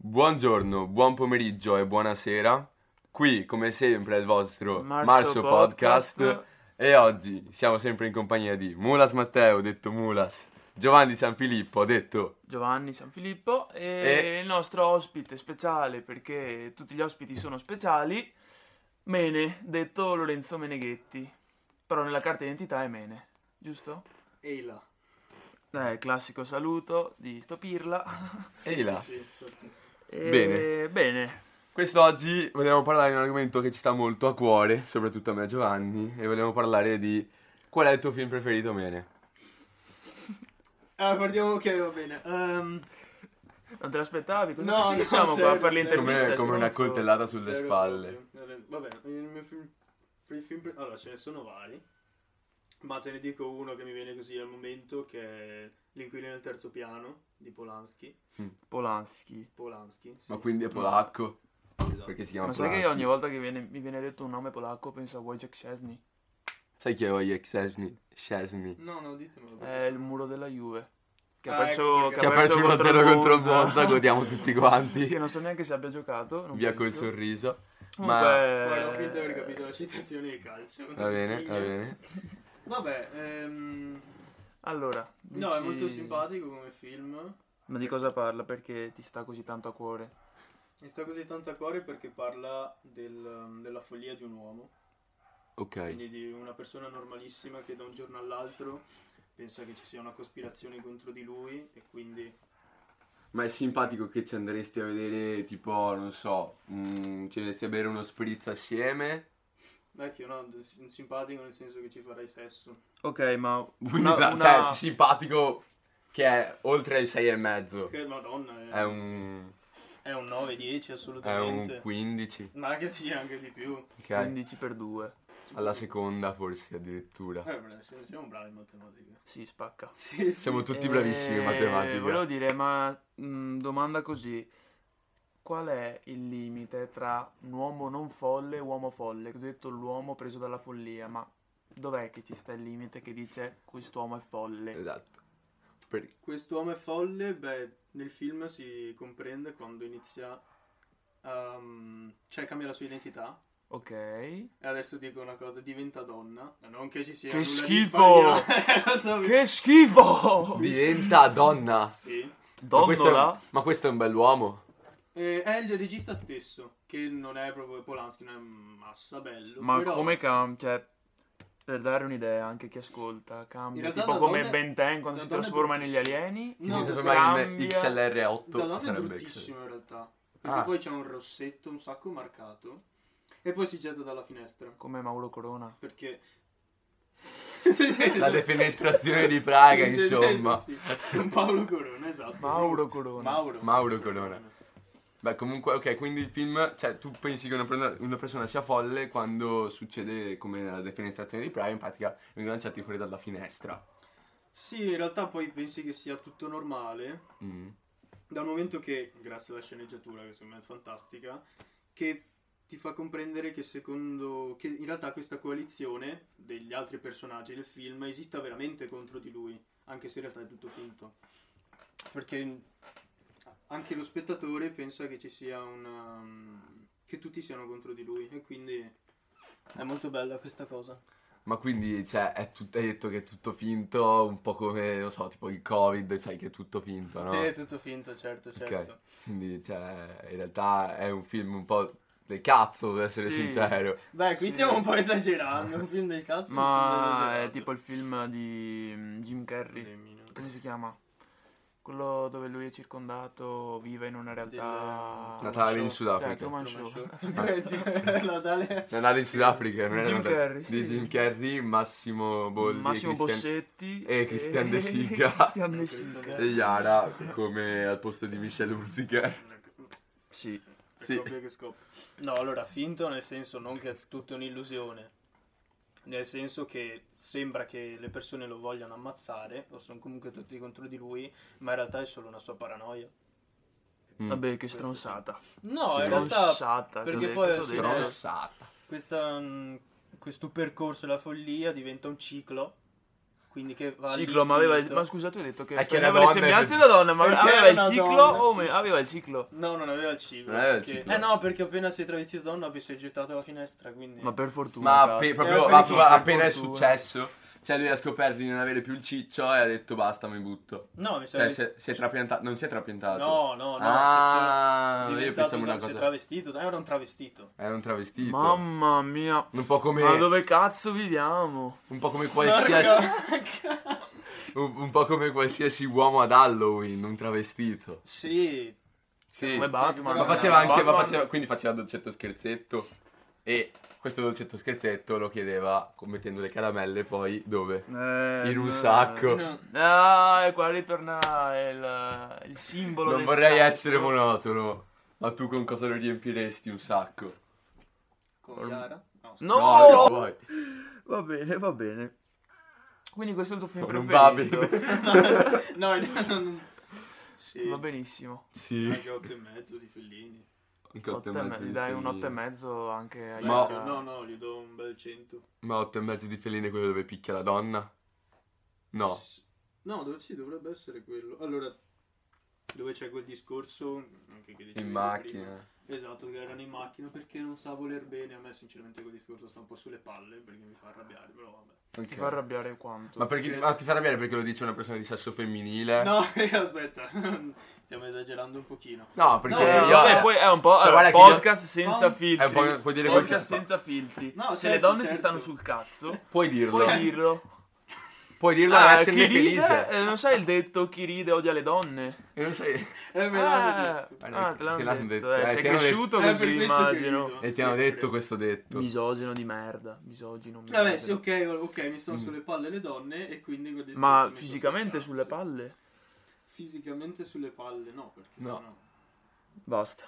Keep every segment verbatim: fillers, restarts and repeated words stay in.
Buongiorno, buon pomeriggio e buonasera. Qui, come sempre, è il vostro Marcio Marcio Podcast. Podcast. E oggi siamo sempre in compagnia di Mulas Matteo, detto Mulas, Giovanni Sanfilippo, detto Giovanni Sanfilippo e, E- il nostro ospite speciale, perché tutti gli ospiti sono speciali, Mene, detto Lorenzo Meneghetti, però nella carta d'identità è Mene, giusto? Ehi là. Eh, classico saluto di sto pirla. Sì, Ehi là. sì, sì, infatti. E- Bene. Bene. Quest'oggi vogliamo parlare di un argomento che ci sta molto a cuore, soprattutto a me e Giovanni, e vogliamo parlare di qual è il tuo film preferito, Mene? Ah, guardiamo, ok, va bene. Ehm, Non te l'aspettavi? Cosa No, sì, no, siamo zero, qua per zero. l'intervista. Come, come una stronzo. coltellata sulle zero spalle. proprio. Vabbè, il mio film, per il film pre- allora ce ne sono vari, ma te ne dico uno che mi viene così al momento, che è L'inquilino al terzo piano di Polanski. Polanski. Polanski, sì. Ma quindi è polacco? Esatto. Perché si chiama Ma sai che Polanski? ogni volta che viene- mi viene detto un nome polacco penso a Wojciech Szczesny? Sai chi è Wojciech Szczesny? Szczesny. No, no, ditemelo. È il muro della Juve. Che ha Ah, perso, ecco perché- Che ha perso uno contro zero il contro il Monza. Monza, godiamo tutti quanti. Che non so neanche se abbia giocato. Non Via col penso. sorriso. Comunque, Ma Poi ho finito di aver capito la citazione di calcio. va bene, va bene. Vabbè, ehm, Allora, no, è dici- molto simpatico come film. Ma di cosa parla? Perché ti sta così tanto a cuore? Mi sta così tanto a cuore perché parla del- della follia di un uomo, Ok. quindi di una persona normalissima che da un giorno all'altro pensa che ci sia una cospirazione contro di lui e quindi... Ma è simpatico che ci andresti a vedere, tipo, non so, mm, ci andresti a bere uno spritz assieme? Vecchio, no, d- simpatico nel senso che ci farai sesso. Ok, ma Quindi, una, tra- una- cioè, simpatico che è oltre ai sei e mezzo. Che madonna, è, È un... è un nove dieci è assolutamente. un quindici. Ma che sia anche di più. Ok. quindici per due. Alla seconda forse addirittura. Eh, beh, siamo siamo bravi in matematica. Sì, spacca. Sì, sì. Siamo tutti Eh, bravissimi in matematica. Volevo dire, ma mh, domanda così. Qual è il limite tra un uomo non folle e uomo folle? Che ho detto l'uomo preso dalla follia, ma dov'è che ci sta il limite che dice quest'uomo è folle? Esatto. Per- Quest'uomo è folle, beh, nel film si comprende quando inizia, um, cioè cambia la sua identità. Ok. E adesso dico una cosa, diventa donna. Non che ci sia Che nulla schifo! di sbagliato. Lo so, Che schifo! Diventa Diventa donna. Sì. Ma questo, è, Donnola? ma questo è un bell'uomo. E è il regista stesso, che non è proprio Polanski, non è massa bello. Ma però, come cambia? Cioè, per dare un'idea anche a chi ascolta, In cambia. realtà Tipo da come donna- Ben ten quando da si donna è trasforma negli bruttissimo. alieni. Che No, si da trasforma in cambia- X L R Da otto. donna è sarebbe bruttissimo in realtà. Perché Ah. poi c'è un rossetto un sacco marcato. E poi si getta dalla finestra. Come Mauro Corona. Perché... La defenestrazione di Praga, insomma. Sì, sì. Con Paolo Corona, esatto. Mauro Corona. Mauro. Mauro Corona. Beh, comunque, ok, quindi il film, cioè, tu pensi che una, pre- una persona sia folle quando succede come la defenestrazione di Praga, in pratica vengono lanciati fuori dalla finestra. Sì, in realtà poi pensi che sia tutto normale, Mm. dal momento che, grazie alla sceneggiatura, che secondo me è fantastica, che ti fa comprendere che secondo... che in realtà questa coalizione degli altri personaggi del film esista veramente contro di lui, anche se in realtà è tutto finto. Perché anche lo spettatore pensa che ci sia una... che tutti siano contro di lui, e quindi è molto bella questa cosa. Ma quindi, cioè, è tut- hai detto che è tutto finto, un po' come, non so, tipo il Covid, sai che è tutto finto, no? Sì, è tutto finto, certo, certo. Ok, quindi, cioè, in realtà è un film un po' del cazzo, per essere Sì. sincero. Beh, qui Sì. stiamo un po' esagerando, un film del cazzo mi sembra Ma esagerato. è tipo il film di mm, Jim Carrey. Dimmi, no? Come si chiama? Quello dove lui è circondato, vive in una realtà... Del- Natale in Eh, Sudafrica. Truman Truman Show. Show. Eh, sì, Natale. Natale in Sudafrica, non Di era Jim Natale- Carrey, Di sì. Jim Carrey, Massimo Boldi, Massimo Christian- Bossetti e Christian De Sica. Christian De Christian Sica. e Yara, come al posto di Michelle Hunziker. Sì. È Sì. proprio che scoppia. No, allora, finto nel senso non che è tutta un'illusione. Nel senso che sembra che le persone lo vogliano ammazzare, o sono comunque tutti contro di lui, ma in realtà è solo una sua paranoia. Mm. Vabbè, che Questo stronzata. No, Sì, in realtà Stronzata, perché ti ho detto, poi ti ho alla detto. fine- Strossata. questa, mh, questo percorso della follia diventa un ciclo quindi che va Ciclo, ma aveva il... all'infinito. Ma scusa, tu hai detto che È che aveva la le donna è sembianze per- da donna, ma Perché aveva era il una ciclo donna. o me- aveva il ciclo? No, non aveva il ciclo. Non aveva il perché- ciclo. Eh no, perché appena sei travestito donna vi sei gettato dalla finestra, quindi... Ma per fortuna, Ma cazzo. appe- Eh, proprio per app- fortuna. appena è fortuna. successo, cioè lui ha scoperto di non avere più il ciccio e ha detto basta, mi butto. No, mi Cioè sa si è, si è trapiantato, non si è trapiantato. No, no, no. Ah, se- se- io diventato pensavo una da- si è cosa. travestito, era un travestito. Era un travestito. Mamma mia. Un po' come Ma dove cazzo viviamo? un po' come qualsiasi un, un po' come qualsiasi uomo ad Halloween, un travestito. Sì. Sì. Come Batman. Ma Eh, faceva anche, ma Batman- faceva, quindi faceva dolcetto scherzetto e questo dolcetto scherzetto lo chiedeva mettendo le caramelle poi dove? Eh, In un no. sacco. No. Ah, e qua ritorna il, il simbolo Non del vorrei sacco. essere monotono, ma tu con cosa lo riempiresti un sacco? Con Chiara? No, No! No, vai. Va bene, va bene. Quindi questo è il tuo film Non va preferito? no, no, no, no. Sì. Va benissimo. Sì, Anche otto e mezzo di Fellini. anche otto Otto e e mezzo me- di dai un Fellini. otto e mezzo anche a Ma- Iara. No, no, gli do un bel cento. Ma otto e mezzo di Fellini è quello dove picchia la donna? No. S- No, dove, sì, dovrebbe essere quello. Allora, dove c'è quel discorso anche che dicevi In prima. macchina. Esatto, che erano in macchina perché non sa voler bene. A me sinceramente quel discorso sta un po' sulle palle perché mi fa arrabbiare, però vabbè. Ok. Ti fa arrabbiare quanto? Ma perché ti, ma ti fa arrabbiare perché lo dice una persona di sesso femminile? No, aspetta, stiamo esagerando un pochino. No, perché No, Eh, no, io... vabbè, poi è un po' Cioè, allora, guarda che io- podcast senza Fam- filtri. Eh, un po'- puoi dire podcast qualsiasi- senza filtri. No, Se le certo, donne ti certo. stanno sul cazzo, Puoi dirlo. puoi dirlo. Puoi dirlo e Ah, esserne chi ride, felice. eh, non sai il detto chi ride odia le donne? E non sai... Eh, me Ah, l'hanno detto. ah, te l'hanno Te l'hanno detto, detto, eh, eh, sei ti hanno cresciuto Eh, per così, questo che immagino. rido. E ti hanno Sempre. detto questo detto. Misogino di merda, misogino, Vabbè, misogino. sì, ok, ok, mi stanno Mm. sulle palle le donne e quindi quel discorso Ma mi sta fisicamente sul sulle cazzo. palle? Fisicamente sulle palle, no, perché No. sennò... Basta.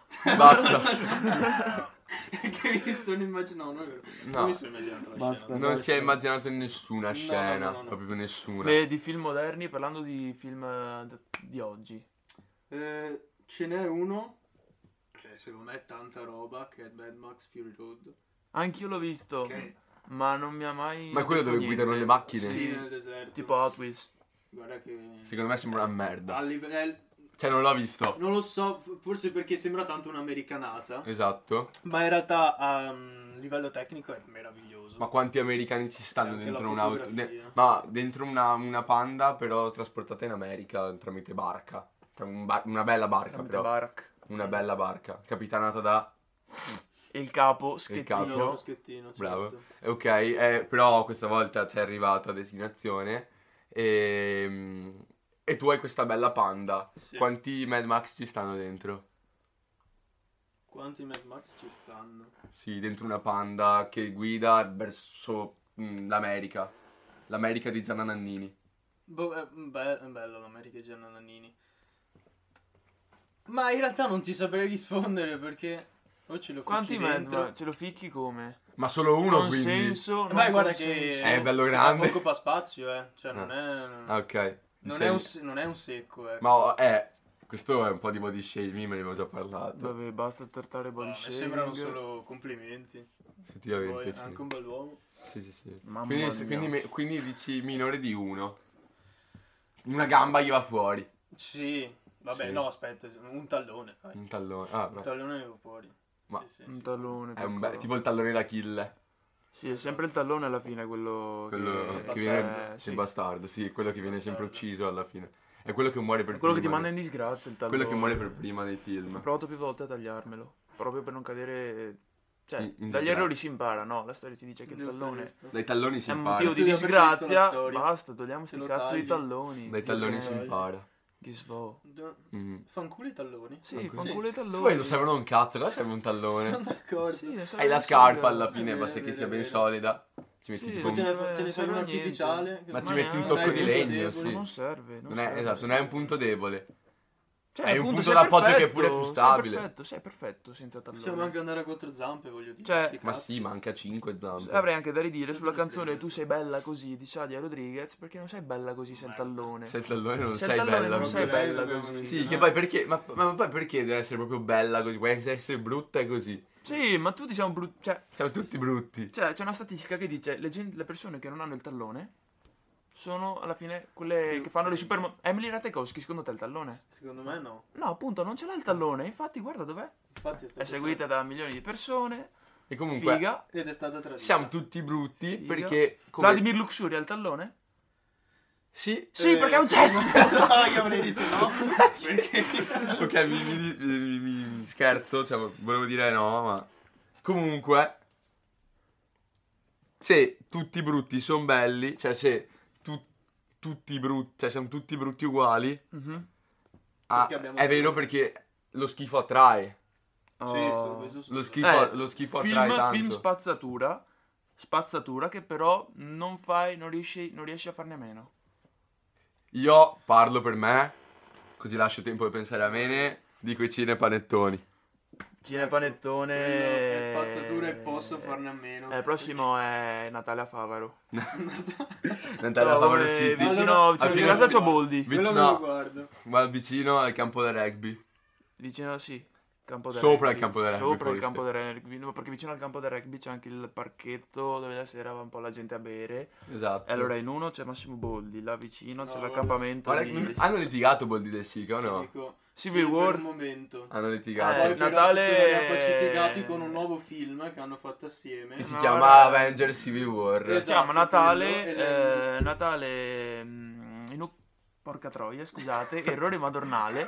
Basta. che mi sono immaginato, no, non No. mi sono immaginato la Basta. scena. Non si è immaginato in nessuna No, scena. no, no, no. Proprio nessuna. Beh, di film moderni, parlando di film eh, d- di oggi. Eh, ce n'è uno che secondo me è tanta roba, che è Mad Max Fury Road. Anch'io l'ho visto, Che ma non mi ha mai Ma è quello detto dove guidano niente. le macchine? sì, Sì, nel deserto. tipo Hot Wheels. Guarda che... Secondo me sembra una merda. A livello... Cioè, non l'ho visto. Non lo so, f- forse perché sembra tanto un'americanata, Esatto. ma in realtà a um, livello tecnico è meraviglioso. Ma quanti americani ci stanno Anche dentro la un'auto? fotografia. de- ma dentro una, una Panda, però trasportata in America tramite barca. Tra un bar- una bella barca, Tramite però. Barack. Una bella barca. Capitanata da. E il capo, Schettino. capo. Lo schettino, certo. Bravo. Ok, eh, però questa volta ci è arrivato a destinazione. E. E tu hai questa bella Panda. Sì. Quanti Mad Max ci stanno dentro? Quanti Mad Max ci stanno? Sì, dentro una Panda che guida verso mm, l'America. L'America di Gianna Nannini. Boh, è, be- è bello l'America di Gianna Nannini. Ma in realtà non ti saprei rispondere perché... O ce lo Quanti ficchi Mad dentro. Max? Ce lo ficchi come? Ma solo uno, Con quindi. senso? Eh, non Beh, guarda con che... senso? È bello si grande. dà poco spazio, eh. Cioè, non è... Ah, ok. Non Sei- è, un, se- non è un secco, eh. Ma eh, questo è un po' di body shaming, me ne avevo già parlato. Vabbè, basta trattare No, body mi shaming. sembrano solo complimenti. Effettivamente Poi, sì. anche un bell'uomo. Sì, sì, sì. Mamma Quindi, mia. quindi, me- quindi dici minore di uno. Una gamba gli va fuori. Sì. Vabbè, Sì. no, aspetta, un tallone. Dai. Un tallone. Ah, Un beh. tallone ne va fuori. Ma- Sì, sì, Un sì. tallone. È un piccolo. be- tipo il tallone d'Achille. Sì, è sempre il tallone alla fine quello, Quello che, che Bastardo. viene. eh, sì. Il bastardo, sì, quello che viene sempre Bastardo. ucciso alla fine. È quello che muore per È quello che ti prima. manda in disgrazia il tallone. Quello che muore per prima nei film. Ho provato più volte a tagliarmelo, proprio per non cadere... Cioè, In- in dagli disgrazia. errori si impara, no? La storia ti dice che il Giusto, tallone giusto. Dai talloni si è un impara. motivo di Studia per questo la disgrazia. storia. Basta, togliamo Se sti lo cazzo di tagli. talloni. Dai zio talloni che- si impara. Che sfo. Mm. Fanculo i talloni? Sì, Fanculo. fanculo i Sì. talloni. Poi lo servono un cazzo, là serve un Sono tallone. d'accordo. Sì, ne serve Hai la un scarpa sacco. alla fine, È basta vero, che è sia vero, ben è vero. solida. Ci metti Sì, tipo Poi te un... ne, non fa- te ne serve fai un niente. artificiale. Ma che ci non- metti un non tocco hai di punto legno, debole. sì. Non serve, non Non è, serve, esatto, non è un punto debole. Cioè, è un appunto, punto sei d'appoggio che è pure perfetto, più stabile. Sei perfetto, sei perfetto senza talloni. Possiamo anche andare a quattro zampe, voglio dire. Cioè- sti Ma cazzi. sì, ma anche a cinque zampe. Avrei anche da ridire Sì, sulla sì, canzone sì. Tu sei bella così di Shadia Rodriguez, perché non sei bella così sei il tallone. Se il tallone non Se il sei tallone bella non sei così. Proprio bella lei così. l'abbiamo Sì, visto, che no? poi perché? Ma, ma poi perché deve essere proprio bella così? Puoi anche essere brutta e così. Sì, ma tu diciamo brut... Cioè, Siamo tutti brutti. cioè, c'è una statistica che dice le, gen- le persone che non hanno il tallone sono alla fine quelle Più che fanno le fighe. super... Emily Ratajkowski, secondo te ha il tallone? Secondo me no. No, appunto, non ce l'ha il tallone, infatti guarda dov'è. Infatti è stata È seguita da milioni di persone, E comunque figa. ed è stata tradita. siamo tutti brutti Figa. perché come... Vladimir Luxury ha il tallone? Sì, Sì, Eh, perché è un sì. cesso! No, io avrei detto no. Perché... ok, mi, mi- mi- mi- mi scherzo, cioè volevo dire no, ma comunque se tutti brutti sono belli, cioè se tu- tutti brutti, cioè siamo tutti brutti uguali, Mhm. ah, Perché abbiamo è vero paura. perché lo schifo attrae. Sì, Oh. questo sono Lo schifo, Eh, lo schifo attrae film, tanto. film spazzatura, spazzatura che però non fai, non riesci, non riesci a farne a meno. Io parlo per me, così lascio tempo di pensare a bene, di quei cinepanettoni. Cinepanettone... Quello è spazzatura e posso farne a meno. Eh, il prossimo è Natale a Favaro. Natale a Favaro Dove City. vicino, Allora, vicino fine- a casa c'ho Boldi. Vi- Quello me no. lo guardo. Ma vicino al campo da rugby. Vicino, sì. Campo da Sopra rugby. il campo da rugby, Sopra il forse. campo da rugby. No, perché vicino al campo da rugby c'è anche il parchetto dove la sera va un po' la gente a bere. Esatto. E allora in uno c'è Massimo Boldi, là vicino No, c'è guarda. l'accampamento Guarda, di... non- hanno litigato Boldi del Sica o Ti no? dico, Civil sì, War. per un momento. Hanno Eh, litigato. Poi però Natale- si sono riappacificati con un nuovo film che hanno fatto assieme. Che si No, chiama ora- Avengers Civil War. Si Esatto, chiama Natale, quello, e eh, Natale mm, in U- porca troia, scusate, errore madornale.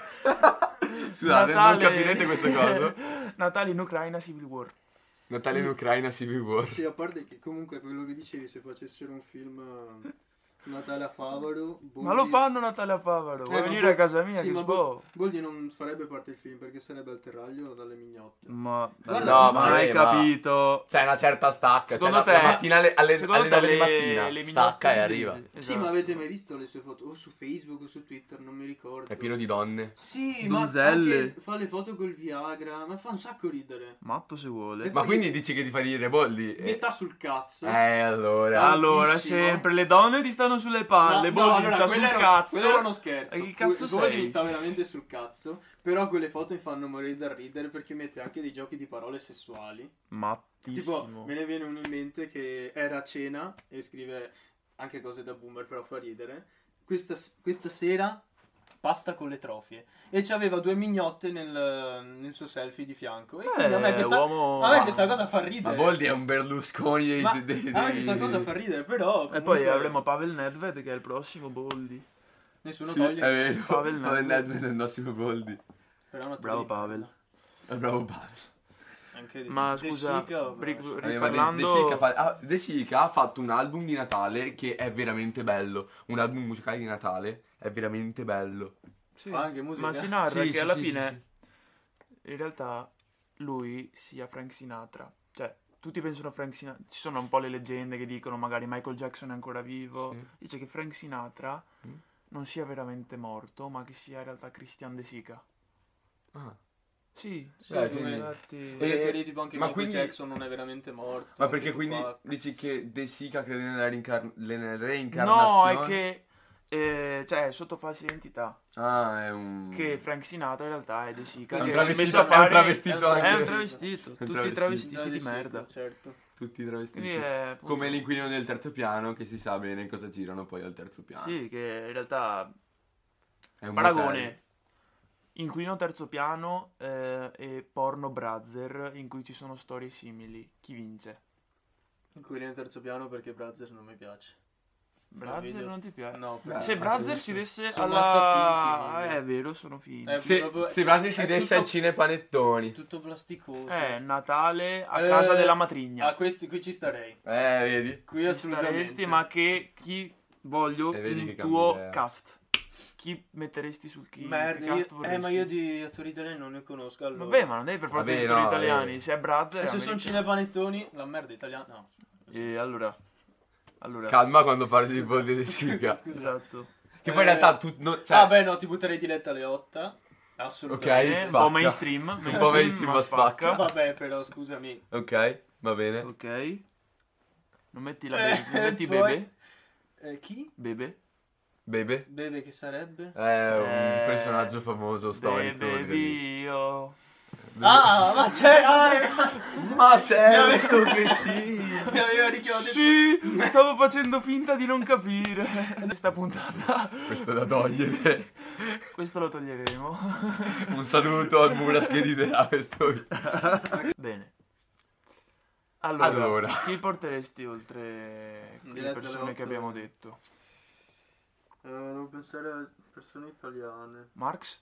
Scusate, non capirete questa cosa. Natale in Ucraina, Civil War. Natale in Ucraina Civil War. Sì, a parte che comunque quello che dicevi, se facessero un film eh, Natale a Favaro, Boldi... Ma lo fanno Natale a Favaro, vuoi Eh, ma venire Bo- a casa mia sì, che ma si Bo- può? Boldi non farebbe parte del film perché sarebbe al terraglio dalle mignotte. Ma Guarda, no, non ma hai eh, ma- capito. C'è una certa stacca. Secondo cioè, te, la, la mattina alle, alle, secondo alle te nove di le- mattina le stacca e mignotte arriva. inglesi? Sì, Esatto. ma avete mai visto le sue foto? O su Facebook o su Twitter, non mi ricordo. È pieno di donne. Sì, Donzelle. ma anche fa le foto col Viagra, ma fa un sacco ridere. Matto se vuole. E Ma poi- quindi dici che ti fa ridere Boldi? Mi sta sul cazzo. Eh, allora. Allora, tantissimo. sempre le donne ti stanno sulle palle, No, no, Boldi allora, sta sul quello era- cazzo. Quello era uno scherzo. E che cazzo Boldi sei? mi sta veramente sul cazzo. Però quelle foto mi fanno morire da ridere perché mette anche dei giochi di parole sessuali. Mattissimo. Tipo, me ne viene uno in mente che era a cena e scrive anche cose da boomer, però fa ridere. Questa, questa sera pasta con le trofie. E c'aveva due mignotte nel, nel suo selfie di fianco. E quindi a me Eh, questa, uomo... a me questa cosa fa Ma ridere. Boldi è un Berlusconi dei... Ma dei, dei, a me questa dei- cosa fa ridere, però... E poi comunque avremo Pavel Nedved che è il prossimo Boldi. Nessuno Sì, è toglie... vero. Pavel Pavel Nedved. Nedved è il nostro Boldi. però è una Bravo tua Pavel. È bravo Pavel. Anche di- Ma De scusa, Sica, vabbè, Bri- lascia- Ri- Eh, ma De- Riparlando- De Sica fa- ah, De Sica ha fatto un album di Natale che è veramente bello. Un album musicale di Natale è veramente bello. Sì, Fa anche musica. ma si narra Sì, che sì, alla sì, fine in realtà lui sia Frank Sinatra. Cioè, tutti pensano a Frank Sinatra. Ci sono un po' le leggende che dicono magari Michael Jackson è ancora vivo. Sì. Dice che Frank Sinatra Mm. non sia veramente morto, ma che sia in realtà Christian De Sica. Ah. Sì, sì, Dai, quindi- infatti... E le teorie tipo anche ma Michael quindi- Jackson non è veramente morto. Ma anche perché quindi Tupac. dici che De Sica crede nella, reincar- nella No, reincarnazione? è che eh, cioè è sotto falsa identità. Ah, è un... Che Frank Sinatra in realtà è De Sica. È un che travestito- si è messo a è un fare- travestito è un- anche. È un travestito. È un Tutti travestito. travestiti Dai, di sì, merda. certo. Tutti travestiti. Quindi è appunto- Come l'inquilino del terzo piano che si sa bene cosa girano poi al terzo piano. Sì, che in realtà È un paragone motel. Inquilino terzo piano eh, e Porno Brother in cui ci sono storie simili. Chi vince? Inquilino in terzo piano perché Brothers non mi piace. Brother video. non ti piace? No, Beh, Se ha Brother senso. si desse Sono alla... massa finti, Ah, video. è vero, sono figli. Eh, Se, proprio- se Brasi ci è desse tutto- al cinepanettoni. Tutto plasticoso. Eh, Natale a Eh, casa della matrigna. A questi qui ci starei. Eh, vedi? Qui Ci assolutamente. staresti, ma che chi voglio E vedi un che cambi tuo idea. cast? Chi metteresti sul chi? Merda, che cast io- vorresti? eh, ma io di attori italiani non ne conosco. Allora. Vabbè, ma non devi per forza Vabbè, di attori no, italiani. eh. Se è Brother E è se sono americano. cinepanettoni, la merda italiana. No. E allora... Allora... Calma quando parli di Boldi De Sica. Scusa. Esatto. Che poi in Eh, realtà tu... No, cioè, Ah, beh, no, ti butterei di letto alle otto. Assolutamente. Eh, un spacca. po' mainstream. Un po' mainstream, ma spacca. Vabbè, però, scusami. Ok, va bene. Ok. Non metti la Eh, bebe. Non metti poi- bebe? Eh, chi? Bebe? Bebe? Bebe che sarebbe? È un Eh, personaggio famoso, storico. Bevi io. Ah, ma c'è! Ah, Ma certo Mi aveva- che sì! mi aveva richiamato. Sì, stavo facendo finta di non capire. Questa puntata. Questo è da togliere. Questo lo toglieremo. Un saluto al Muras che editerà questo video. Bene. Allora, Allora. chi porteresti oltre le Diretta persone alle che otto. abbiamo detto? Eh, devo pensare a persone italiane. Marx?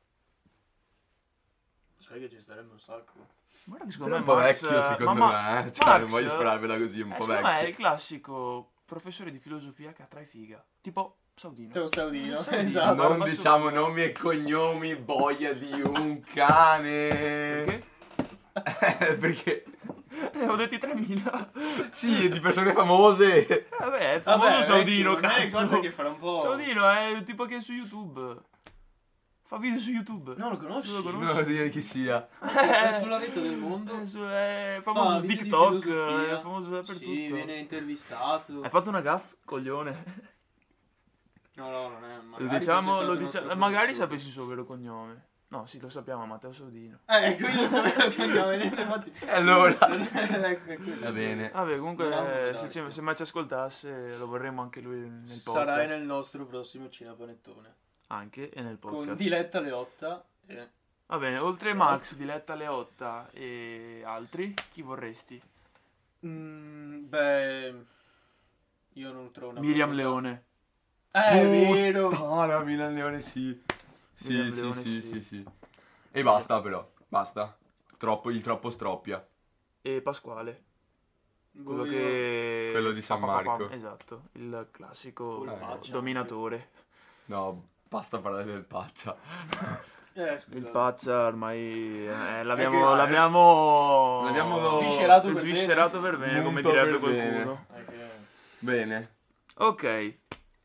Sai che ci starebbe un sacco. Guarda che secondo Però è me un po' Marx, vecchio secondo ma- ma- me, eh. Cioè, non Marx, voglio spararvela così, un eh, po' secondo me è vecchio. il classico professore di filosofia che attrae figa. Tipo Saudino. C'è un Saudino, Saudino. esatto. Non posso- diciamo nomi e cognomi, boia di un cane. Perché? Eh, perché? Ne ho detti tremila. Sì, di persone famose. Vabbè, è famoso Vabbè, Saudino, vecchio, non è- cazzo. guarda che farà un po'. Saudino è il tipo che è su YouTube. Fa video su YouTube. No, lo conosci? Non lo conosci? Non lo dire chi sia. È sulla rete del mondo. È, su- è famoso Fa su video di TikTok, filosofia. è famoso dappertutto. Sì, viene intervistato. Hai fatto una gaff, coglione. No, no, non è. Lo magari diciamo, fosse stato lo il dicia- nostro magari professore. sapessi il suo vero cognome. No, sì, lo sappiamo, Matteo Saudino. Eh, quindi sono io che andiamo a vedere, infatti. E allora. Ecco, è quello. Va bene. Vabbè, comunque, Non ha eh, nulla, se, ci- ecco. se mai ci ascoltasse, lo vorremmo anche lui nel podcast. Sarai nel nostro prossimo Cinepanettone. Anche e nel Con podcast. Diletta Leotta. E... Va bene, oltre Max, Diletta Leotta e altri, chi vorresti? Mm, beh. Io non trovo una Miriam persona- Leone. Eh, è vero. Puttana, Milan Leone, sì. Sì, Milan sì, Leone, sì, sì. sì, sì. E basta però, basta. Troppo, il troppo stroppia. E Pasquale. Quello Boh, io- che... Quello di San Pa, pa, pa, Marco. pa, Esatto, il classico Colpaccia. dominatore. No, basta parlare del paccia. Eh, scusa. Il Pazza ormai eh, l'abbiamo, È che- l'abbiamo, L'abbiamo Sviscerato per sviscerato per bene, come Munto direbbe per bene. qualcuno. Eh, che- Bene. Ok.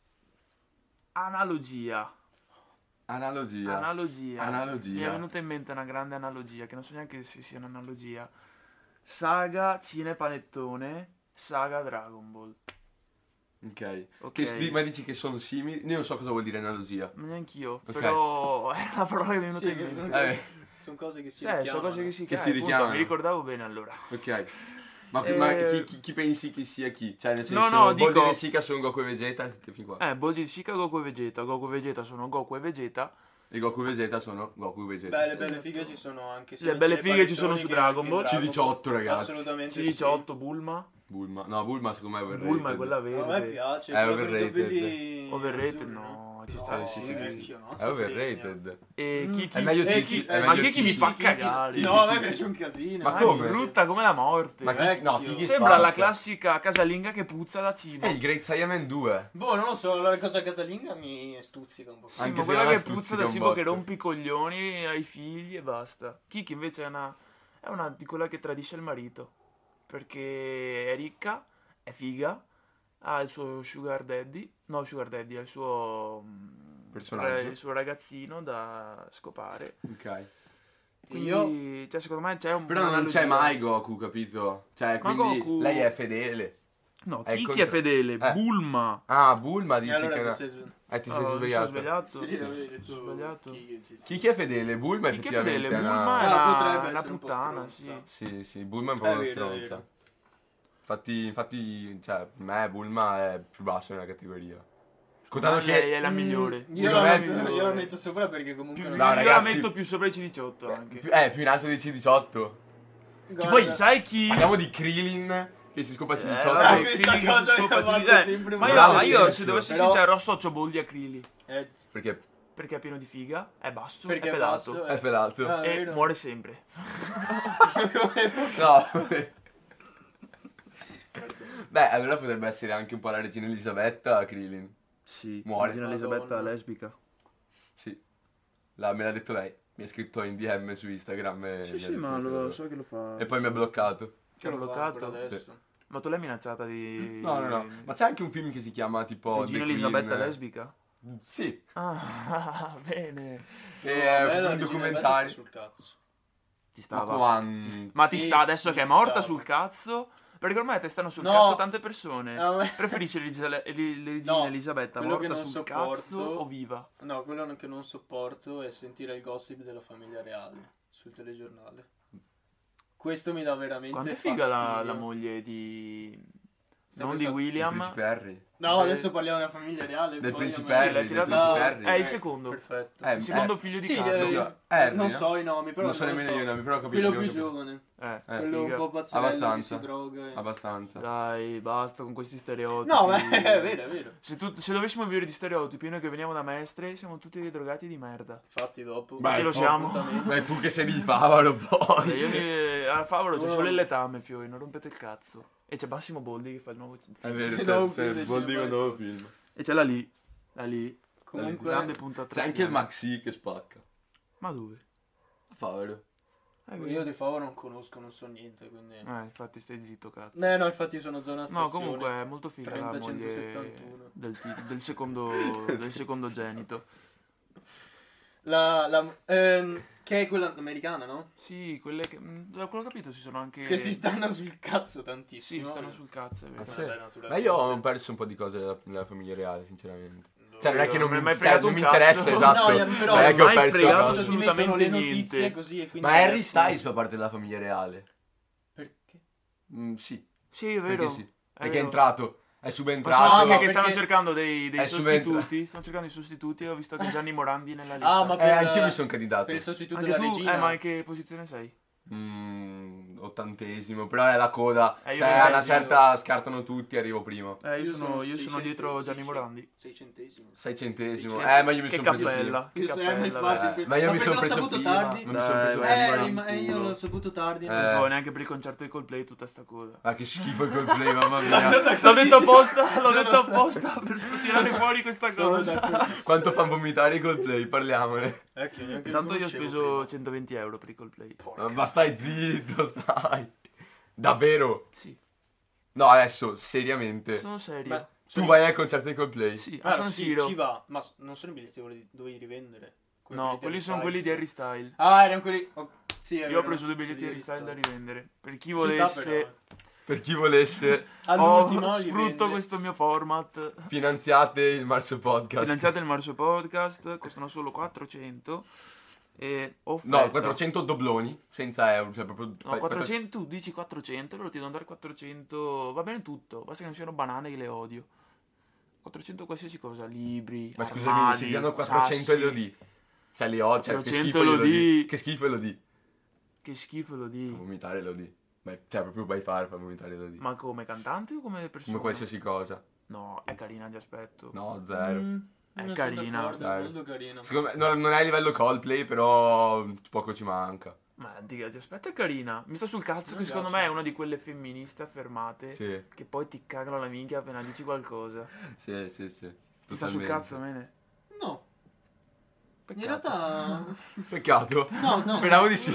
Analogia. Analogia. Analogia. Analogia. Mi è venuta in mente una grande analogia, che non so neanche se sia un'analogia. Saga Cinepanettone, saga Dragon Ball. Ok. Ok. Che s- di- ma dici che sono simili? Io non so cosa vuol dire analogia. Ma neanch'io, Ok. però è una parola che mi è venuta Sì, in mente. che- Eh. sono cose che si Cioè, sono richiamano. cose che si, Che eh, si appunto, richiamano. Mi ricordavo bene allora. Ok. Ma, Eh, ma chi, chi- chi pensi che sia chi? Cioè, nel No, senso, no, Boldi dico- e Sika sono Goku e Vegeta? Che fin qua? Eh, Boldi di Sika, Goku e Vegeta. Goku e Vegeta sono Goku e Vegeta. E Goku e Vegeta sono Goku e Vegeta. Beh, le belle fighe ci sono anche Le belle fighe ci sono su Dragon Ball. C diciotto, ragazzi. Assolutamente C diciotto, Bulma. Bulma. No, Bulma secondo me è overrated. Bulma è quella sì. A me verde. piace. È quella con i overrated. capelli Overrated azzurri, no, ci No, sta. sì, sì, sì, vecchio, sì. no, È si fregna. overrated. E Mm. Kiki. È meglio Eh, Cici. chi- è eh, ma meglio chi- chi mi Cici. fa Chi- cagare? No, a me Cici. piace un casino. Ma Ma come? è brutta come la morte. Ma chi, no, Vecchio. chi Sembra spacca? la classica casalinga che puzza da cibo. Eh, il Great Saiyaman due. Boh, non lo so, la cosa casalinga mi stuzzica un po'. Sì, Anche ma se quella la che stuzzica puzza da un cibo che botto. rompe i coglioni ai figli e basta. Kiki invece è una, è una di quella che tradisce il marito. Perché è ricca, è figa, ha il suo sugar daddy, no sugar daddy, ha il suo mm, Personaggio. il suo ragazzino da scopare. Ok. Quindi, Io- cioè, secondo me c'è un Però non un'analogia. c'è mai Goku, capito? Cioè, Ma quindi Goku- lei è fedele. No, È il Kiki contra- è fedele, Eh. Bulma. Ah, Bulma E dici allora che... ti era- sei sve- Eh, ti Oh, sei mi svegliato. sono svegliato. Sì, Sì, avevi mi detto sono svegliato. chi- chi- Chi chi è fedele? Bulma Kiki è effettivamente fedele, è una- Bulma è Ah, una, potrebbe una essere un po' puttana, stronza. sì. Sì, sì, Bulma è un po' È una vero, è stronza. vero. Infatti, infatti, cioè, per me Bulma è più basso nella categoria. Secondo me Contando che... lei è la Mm, migliore. Io, Secondo la me- metto, io la metto sopra perché comunque Più, non No, io è- la ragazzi- metto più sopra i C diciotto anche. Più- Eh, più in alto di C diciotto. Che Guarda, poi sai chi... Parliamo di Krillin che si scopa C Eh, diciotto. vabbè, Ah, questa Krillin che cosa si scopa mi C diciotto. ammazza Eh, sempre Ma io, Bravo, ma io, se senso. dovessi Però- sincero, associo Boldi a Krillin. eh, Perché Perché è pieno di figa, è basso, perché è è pelato. basso, è pelato. Ah, E vero. muore sempre. No. Beh, allora potrebbe essere anche un po' la regina Elisabetta Krillin. Sì, Muore. Regina Madonna. Elisabetta lesbica. Sì. La- me l'ha detto lei. Mi ha scritto in D M su Instagram e, Sì, mi ha sì, detto ma questa lo cosa. so che lo fa. E poi mi ha bloccato. Ti ha Che lo fa bloccato? ancora adesso. Ma tu l'hai minacciata di... No, no, no. Ma c'è anche un film che si chiama tipo Regina The Queen. Elisabetta lesbica? Sì. Ah, bene. E No, è a me la un Regina Elisabetta documentario. sta sul cazzo. Ti Ma stava... quan- Ma ti Sì, sta adesso ti che è morta stava. sul cazzo? Perché ormai te stanno sul No. cazzo tante persone. A me- Preferisci Elisa- le- le- le regina No, Elisabetta quello che morta non sul sopporto- cazzo o viva? No, quello che non sopporto è sentire il gossip della famiglia reale sul telegiornale. Questo mi dà veramente Quanto è figa la, fastidio. la moglie di... Stiamo non di pensando- Il William. principe Harry. No, de- adesso parliamo della famiglia reale. Del poi principe andiamo- Sì, Harry, l'hai del tirato principe su- Harry. È il Eh, secondo. Perfetto. Eh, Il secondo eh, figlio di sì, Carlo. eh, Oddio, Harry, non no? so i nomi, però Non so lo nemmeno io i nomi, però ho capito. Quello ho più capito. giovane. Eh. Eh, quello figa. un po' pazzerello che Abbastanza. si droga. e- Abbastanza. Dai, basta con questi stereotipi. No, ma è vero, è vero. Se, tu- se dovessimo vivere di stereotipi, noi che veniamo da maestre, siamo tutti dei drogati di merda. Infatti dopo... Beh, lo dopo siamo. appuntamento. Beh, tu che sei di Favaro Guarda, poi. io mi... a Favaro c'è Oh. solo il letame, fioi, non rompete il cazzo. E c'è Massimo Boldi che fa il nuovo È film. vero, No, c'è, un c'è film del vuol dire un cinema, nuovo ecco. film. E c'è la lì, la lì, Comunque... grande punto C'è anche il Maxi che spacca. Ma dove? A Favaro. Eh, Io di Favo non conosco, non so niente, quindi... Eh, infatti stai zitto, cazzo. Eh no, infatti sono zona No, stazione. comunque è molto figa la trenta moglie centosettantuno. del, ti- del secondo del secondogenito. La, la, ehm, che è quella americana, no? Sì, quelle che... mh, da quello che ho capito ci sono anche... Che si stanno sul cazzo Sì, tantissimo. stanno sul cazzo, è vero. Ah, sì? Vabbè, Ma naturalmente. io ho perso un po' di cose della, della famiglia reale, sinceramente. Cioè, non è che non, Non mi mi, hai cioè, fregato non un mi cazzo. interessa, esatto. No, però non è che ho mai perso fregato cose. Ti mettono le assolutamente notizie niente. così e quindi Ma Harry adesso- Styles fa parte della famiglia reale. Perché? Mm, sì, Sì, è vero. perché sì. Perché è vero. entrato, è Ma so subentrato. anche no, che stanno perché- cercando dei, dei è subentra- sostituti. Stanno cercando i sostituti e ho visto che Gianni Morandi è nella lista. Ah, ma Eh, per, anch'io mi sono candidato. per il sostituto anche della tu? regina. Eh, ma in che posizione sei? Mm, ottantesimo, però è la coda. Eh, io cioè, non a una penso- certa scartano tutti, arrivo primo. Eh, io, Io sono, sono io sono seicento- dietro Gianni seicento. Morandi. Seicentesimo. Seicentesimo. Sì, Eh, ma io mi Che sono preso cappella. prima. Che Io so- eh, cappella, ma infatti, dai. se- Ma io mi perché sono l'ho preso saputo prima. tardi. Ma mi sono Dai, preso vai, prima. Eh, vai, ma in io culo. l'ho saputo tardi. Eh. non Non so. so neanche per il concerto di Coldplay tutta sta coda. Ma che schifo il Coldplay, mamma Sono mia. L'ho detto apposta, l'ho Sono- detto apposta per tirare fuori questa Sono cosa. d'accordissimo. Quanto fa vomitare i Coldplay, parliamone. Eh, che neanche Intanto li io ho conoscevo speso prima. centoventi euro per i Coldplay. Ma stai zitto, stai. Davvero? Sì, No, adesso, seriamente. sono serio. Ma Tu vai al concerto di Coldplay? Sì, a Allora, San sì, Siro. ci va, ma s- non sono i biglietti che dovevi rivendere. No, di quelli Harry sono quelli di Styles. Harry Style. Ah, erano quelli... oh, sì, è Io vero, ho preso due biglietti di quelli Harry Style da Styles. rivendere. Per chi Ci sta, volesse, però. Per chi volesse, All'ultimo oh, li sfrutto vende. questo mio format. finanziate il Marso Podcast. Finanziate il Marso Podcast, costano solo quattrocento. E offerta. No, quattrocento dobloni, senza euro, cioè proprio... No, quattrocento, tu dici quattrocento, allora ti devo dare quattrocento, va bene tutto, basta che non siano banane che le odio. quattrocento qualsiasi cosa, libri, Ma scusami, armadi, se ti danno quattrocento e lo sassi. di. Cioè li ho, cioè che quattrocento schifo lo lo di. di. Che schifo lo di. Che schifo lo di. Vomitare lo di. Beh, cioè proprio vai fare, fa vomitare lo di. Ma come cantante o come persona? Come qualsiasi cosa. No, è carina, ti aspetto. No, zero. Mm, È non sono carina. d'accordo, Dai. È molto carina. Secondo me non, non è a livello Coldplay, però poco ci manca. Ma dica, ti aspetto, è carina. Mi sta sul cazzo Mi che secondo piace. me è una di quelle femministe affermate Sì, che poi ti cagano la minchia appena dici qualcosa. sì, sì, sì. Ti sta sul Totalmente. cazzo, mene? No, in Peccato. realtà... Peccato. No, no. Speravo di sì.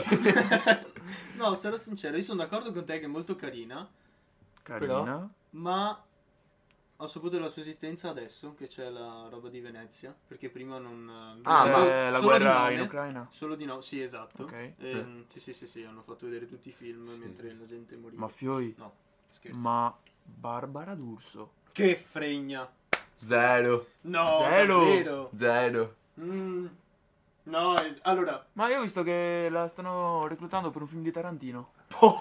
No, sarò sincero, io sono d'accordo con te che è molto carina, Carina. ma ho saputo della sua esistenza adesso, che c'è la roba di Venezia, perché prima non... Ah, solo- ma- C'è la solo di guerra nome, in Ucraina. Solo di no, sì, esatto. Ok. Ehm, sì, sì, sì, sì, hanno fatto vedere tutti i film Sì. mentre la gente moriva. Ma Fioi. No, scherzo. Ma Barbara D'Urso. Che fregna! Zero. No, Zero. davvero? Zero. Mm. No, eh, allora... Ma io ho visto che la stanno reclutando per un film di Tarantino.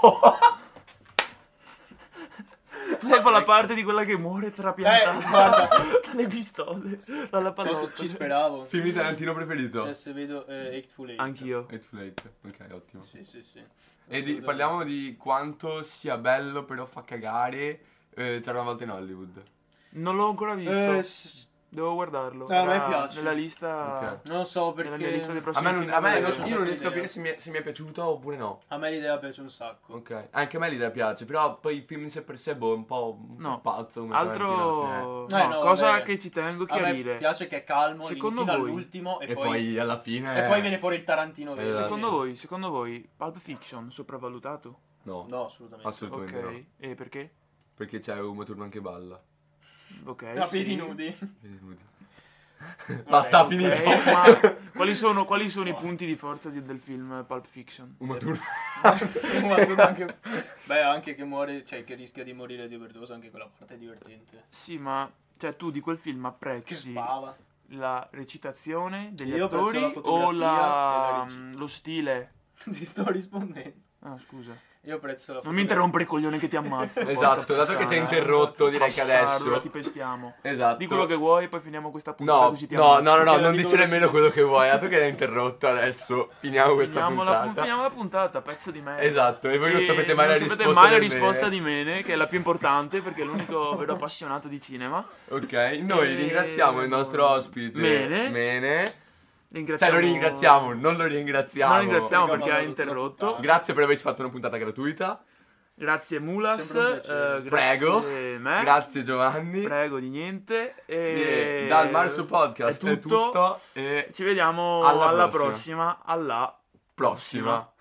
Lei fa la parte di quella che muore trapiantata Eh, guarda. dalle pistole, dalla Adesso pallotta. ci speravo. Film di Tarantino preferito? Cioè, se vedo eh, Hateful Eight. Anch'io. Hateful Eight. Ok, ottimo. Sì, sì, sì. E di- Assolutamente. parliamo di quanto sia bello, però fa cagare. eh, C'era una volta in Hollywood. Non l'ho ancora visto. Eh, s- Devo guardarlo. Ah, a me Era piace. Nella lista. Ok. non lo so Nella mia lista dei perché... A prossimi me non, film a me da non- vedere. io non so riesco a idea. capire se mi, è, se mi è piaciuto oppure no. A me l'idea piace un sacco. Ok, anche a me l'idea piace, però poi il film in sé per sé boh, è un po', un No. po' pazzo come Tarantino alla fine. Altro. Eh, No, no, cosa vabbè. che ci tengo a A me chiarire. piace che è calmo Secondo fino voi? all'ultimo e, E poi, poi alla fine... e poi viene fuori il Tarantino vero. Esatto. Secondo voi, secondo voi, Pulp Fiction sopravvalutato? No, No, assolutamente. assolutamente Ok. no. E perché? Perché c'è Uma Thurman che balla. Ok. A sì. piedi nudi. Vedi, nudi. Basta, ok. finito. Ok, ma quali sono, quali sono i punti di forza di- del film Pulp Fiction? Uma Thurman. Ma tu anche... Beh, anche che muore, cioè che rischia di morire di overdose, anche quella parte è divertente. Sì, ma cioè tu di quel film Che apprezzi spava. la recitazione degli Io apprezzo attori la o fotografia la- e la regia. lo stile? Ti sto rispondendo. Ah, scusa. Io apprezzo la Non mi interrompere, coglione, che ti ammazzo. Esatto, porca dato che ci hai puttana. interrotto, direi che Bastardo, adesso... ora ti pestiamo. Esatto. Di quello che vuoi, poi finiamo questa puntata No, così ti no, ammazzo. no, no, no, Perché non la dici dico nemmeno che- quello che vuoi, dato che l'hai interrotto adesso, finiamo questa Finiamo la, puntata. finiamo la puntata, pezzo di merda. Esatto, e voi non E sapete mai non la sapete risposta mai la del risposta bene. di Mene, che è la più importante perché è l'unico vero appassionato di cinema. Ok, noi E- ringraziamo il nostro ospite Mene. Mene. Cioè Ringraziamo... lo ringraziamo, non lo ringraziamo. Non ringraziamo Perché perché ha ho mandato interrotto. troppo Grazie per averci fatto una puntata gratuita. Grazie Mulas. Sempre un piacere. eh, Prego. grazie me. Grazie Giovanni. Prego di niente. E E... dal Marso Podcast è tutto. è tutto. E Ci vediamo Alla alla, prossima. prossima. Alla prossima.